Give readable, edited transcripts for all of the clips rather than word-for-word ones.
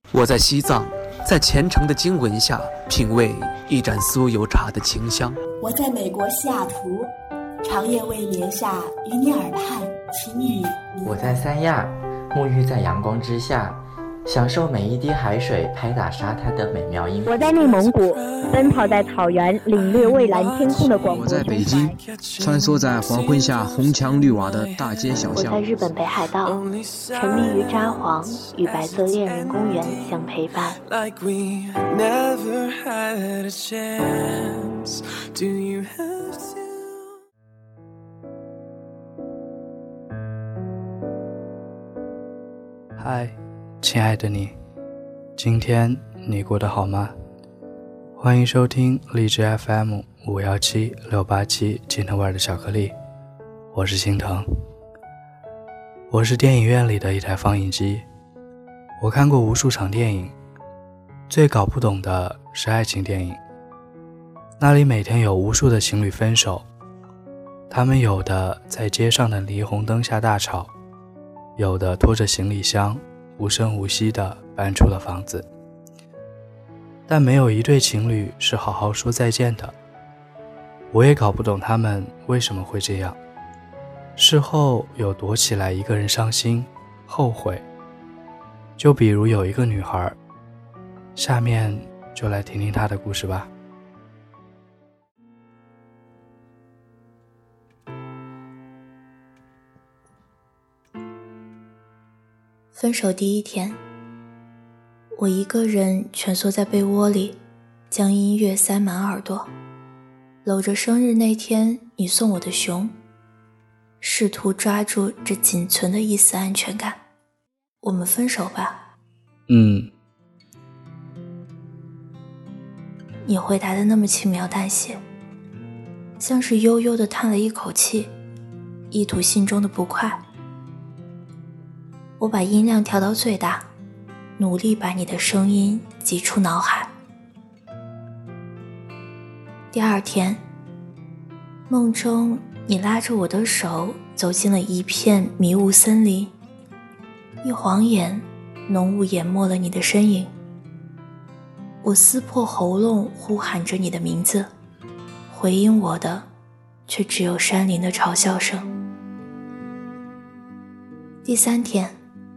我在西藏，在虔诚的经文下品味一盏酥油茶的清香。 我在美国西雅图，长夜未眠下与你耳畔轻语。 我在三亚，沐浴在阳光之下，享受每一滴海水拍打沙滩的美妙音符。 我在内蒙古，奔跑在草原，领略蔚蓝天空的广阔。 我在北京，穿梭在黄昏下红墙绿瓦的大街小巷。 我在日本北海道，沉迷于札幌，与白色恋人公园相陪伴。 嗨，亲爱的你，今天你过得好吗？欢迎收听荔枝 FM517687青藤味的巧克力，我是青藤。我是电影院里的一台放映机，我看过无数场电影，最搞不懂的是爱情电影。那里每天有无数的情侣分手，他们有的在街上的霓虹灯下大吵，有的拖着行李箱无声无息地搬出了房子，但没有一对情侣是好好说再见的。我也搞不懂他们为什么会这样，事后有躲起来一个人伤心后悔。就比如有一个女孩，下面就来听听她的故事吧。 分手第一天，我一个人蜷缩在被窝里，将音乐塞满耳朵，搂着生日那天你送我的熊，试图抓住这仅存的一丝安全感。我们分手吧。你回答的那么轻描淡写，像是悠悠地叹了一口气，一吐心中的不快。我把音量调到最大，努力把你的声音挤出脑海。第二天，梦中你拉着我的手走进了一片迷雾森林，一晃眼，浓雾淹没了你的身影。我撕破喉咙呼喊着你的名字，回应我的却只有山林的嘲笑声。第三天，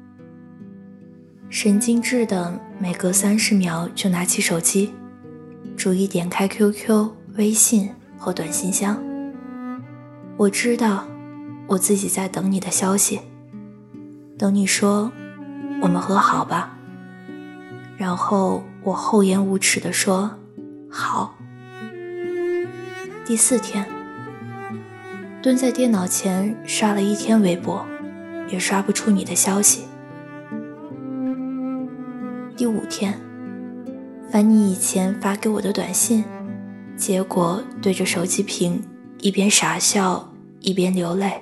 神经质的每隔30秒就拿起手机，逐一点开 QQ、微信或短信箱。我知道我自己在等你的消息，等你说我们和好吧，然后我厚颜无耻地说好。第4天，蹲在电脑前刷了一天微博，也刷不出你的消息。第5天，翻你以前发给我的短信，结果对着手机屏一边傻笑一边流泪。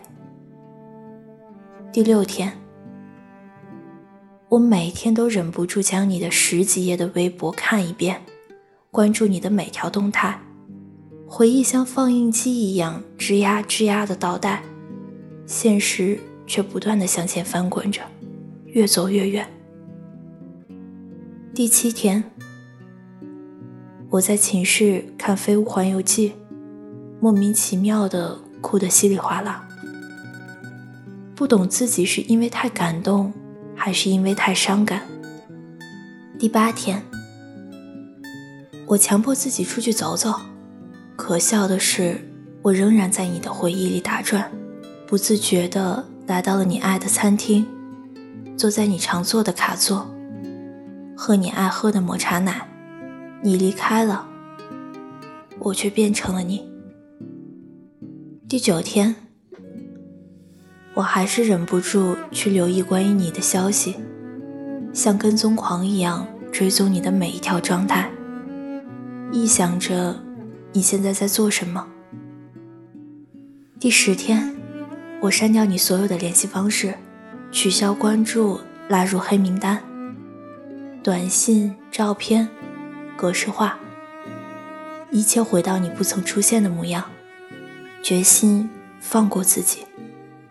第6天，我每天都忍不住将你的10几页的微博看一遍，关注你的每条动态，回忆像放映机一样吱呀吱呀的倒带，现实却不断地向前翻滚着，越走越远。第7天，我在寝室看《飞屋环游记》，莫名其妙地哭得稀里哗啦，不懂自己是因为太感动还是因为太伤感。第8天，我强迫自己出去走走，可笑的是我仍然在你的回忆里打转，不自觉地来到了你爱的餐厅，坐在你常坐的卡座，喝你爱喝的抹茶奶。你离开了，我却变成了你。第9天，我还是忍不住去留意关于你的消息，像跟踪狂一样追踪你的每一条状态，臆想着你现在在做什么。第10天，我删掉你所有的联系方式，取消关注，拉入黑名单，短信、照片格式化，一切回到你不曾出现的模样，决心放过自己。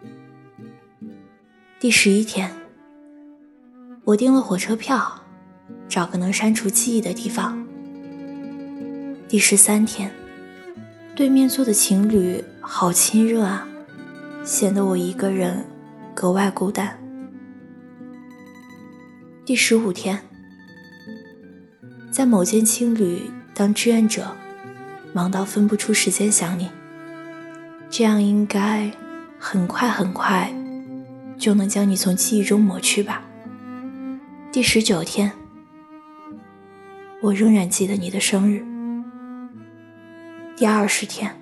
第11天，我订了火车票， 找个能删除记忆的地方。第13天，对面坐的情侣好亲热啊，显得我一个人格外孤单。第15天，在某间青旅当志愿者，忙到分不出时间想你，这样应该很快就能将你从记忆中抹去吧。第19天，我仍然记得你的生日。第20天，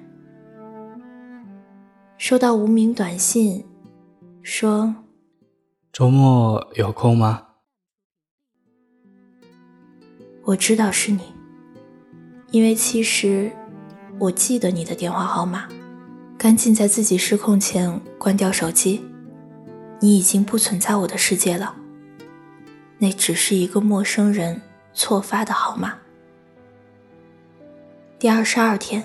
收到无名短信说周末有空吗？ 我知道是你，因为其实我记得你的电话号码，赶紧在自己失控前关掉手机。你已经不存在我的世界了，那只是一个陌生人错发的号码。第22天，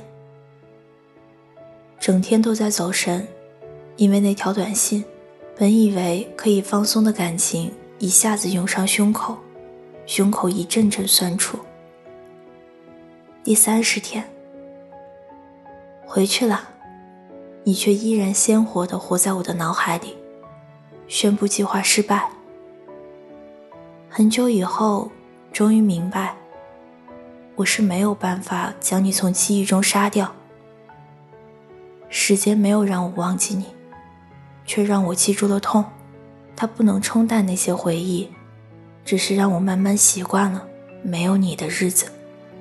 整天都在走神，因为那条短信，本以为可以放松的感情一下子涌上胸口，胸口一阵阵酸楚。第30天，回去了，你却依然鲜活地活在我的脑海里，宣布计划失败。很久以后，终于明白，我是没有办法将你从记忆中杀掉。时间没有让我忘记你，却让我记住了痛。它不能冲淡那些回忆，只是让我慢慢习惯了没有你的日子。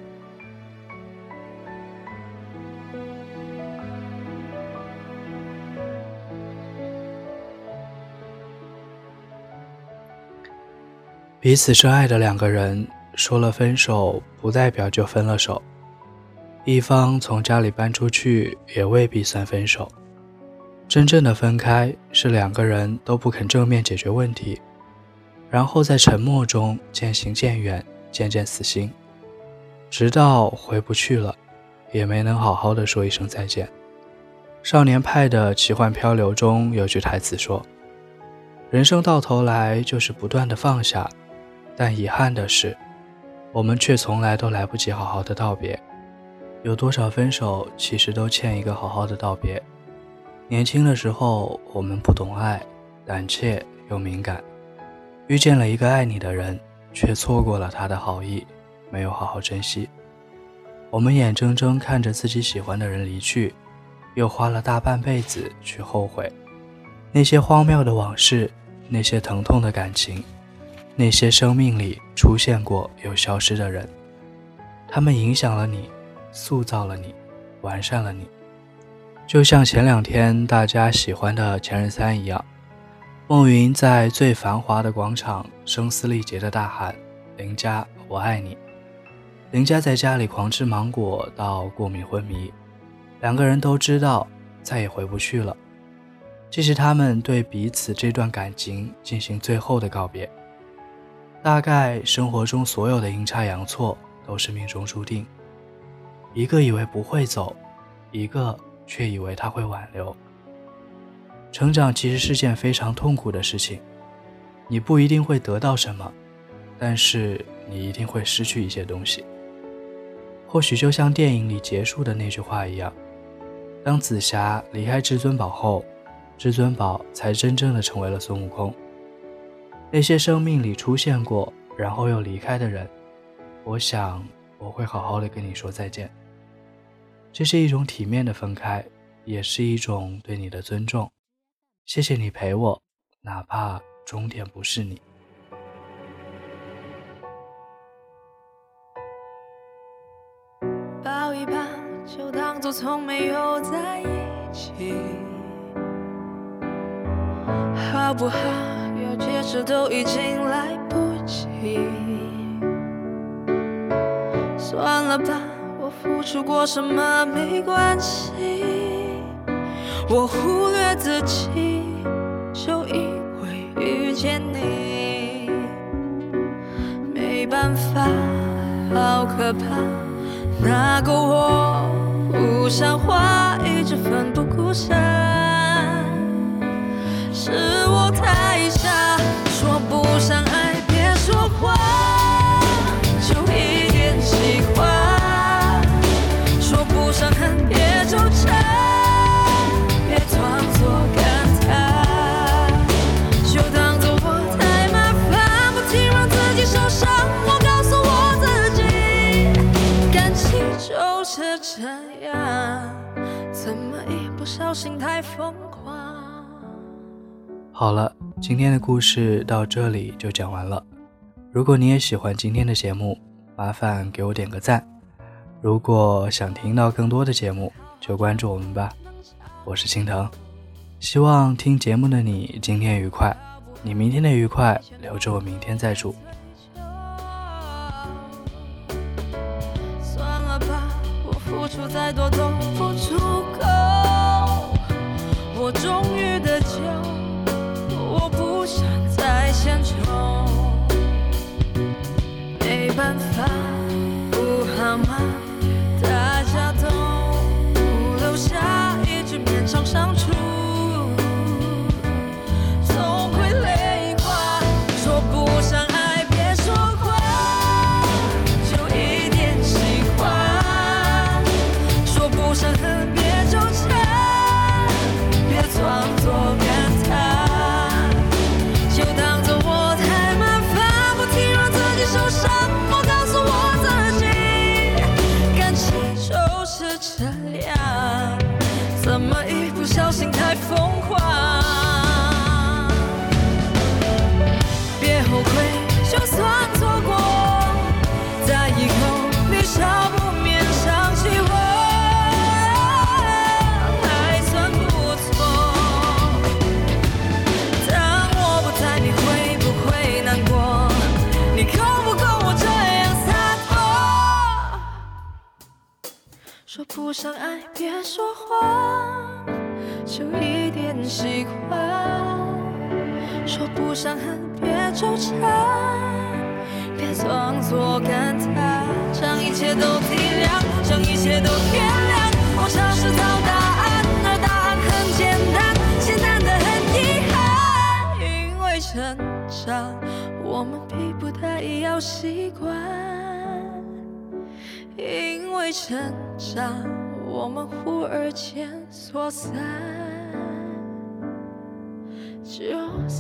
彼此深爱的两个人，说了分手不代表就分了手，一方从家里搬出去也未必算分手。真正的分开是两个人都不肯正面解决问题，然后在沉默中渐行渐远，渐渐死心，直到回不去了，也没能好好的说一声再见。少年派的奇幻漂流中有句台词说，人生到头来就是不断的放下，但遗憾的是，我们却从来都来不及好好的道别。有多少分手其实都欠一个好好的道别。年轻的时候我们不懂爱，胆怯又敏感，遇见了一个爱你的人，却错过了他的好意，没有好好珍惜。我们眼睁睁看着自己喜欢的人离去，又花了大半辈子去后悔。那些荒谬的往事，那些疼痛的感情，那些生命里出现过又消失的人，他们影响了你，塑造了你，完善了你。就像前2天大家喜欢的前任3一样，孟云在最繁华的广场声嘶力竭地大喊，林佳我爱你。林佳在家里狂吃芒果到过敏昏迷，两个人都知道再也回不去了。这是他们对彼此这段感情进行最后的告别。大概生活中所有的阴差阳错都是命中注定，一个以为不会走，一个却以为他会挽留。成长其实是件非常痛苦的事情，你不一定会得到什么，但是你一定会失去一些东西。或许就像电影里结束的那句话一样，当紫霞离开至尊宝后，至尊宝才真正的成为了孙悟空。那些生命里出现过然后又离开的人，我想我会好好的跟你说再见。这是一种体面的分开，也是一种对你的尊重。谢谢你陪我，哪怕终点不是你。 抱一抱，就当作从没有在一起，好不好？要解释都已经来不及。算了吧，我付出过什么没关系，我忽略自己，就因为遇见你。没办法，好可怕，那个我不像话，一直奋不顾身，是我太傻，说不上爱别说谎。 就是这样，怎么一不小心太疯狂。 好了，今天的故事到这里就讲完了。如果你也喜欢今天的节目，麻烦给我点个赞。如果想听到更多的节目，就关注我们吧。我是青藤，希望听节目的你今天愉快，你明天的愉快留着我明天再煮。 算了吧，我付出再多都不足够，我终于得救，我不想再献丑，没办法，不好吗？大家都留下一直勉强相处，总会累垮。说不上爱别说谎，就一点喜欢。说不上恨别纠缠，别装作感叹，就当作我太麻烦，不停让自己受伤。我告诉我自己，感情就是这样，怎么一不小心太疯狂。别后悔，就算错过，在以后你少不免想起我，还算不错。当我不在，你会不会难过？你够不够我这样洒脱？说不上爱别说谎，就一点喜欢。说不上恨别纠缠，别装作感叹，将一切都体谅，将一切都原谅。我尝试找答案，而答案很简单，简单的很遗憾。因为成长，我们逼不得已要习惯。因为成长，我们忽而间说散，就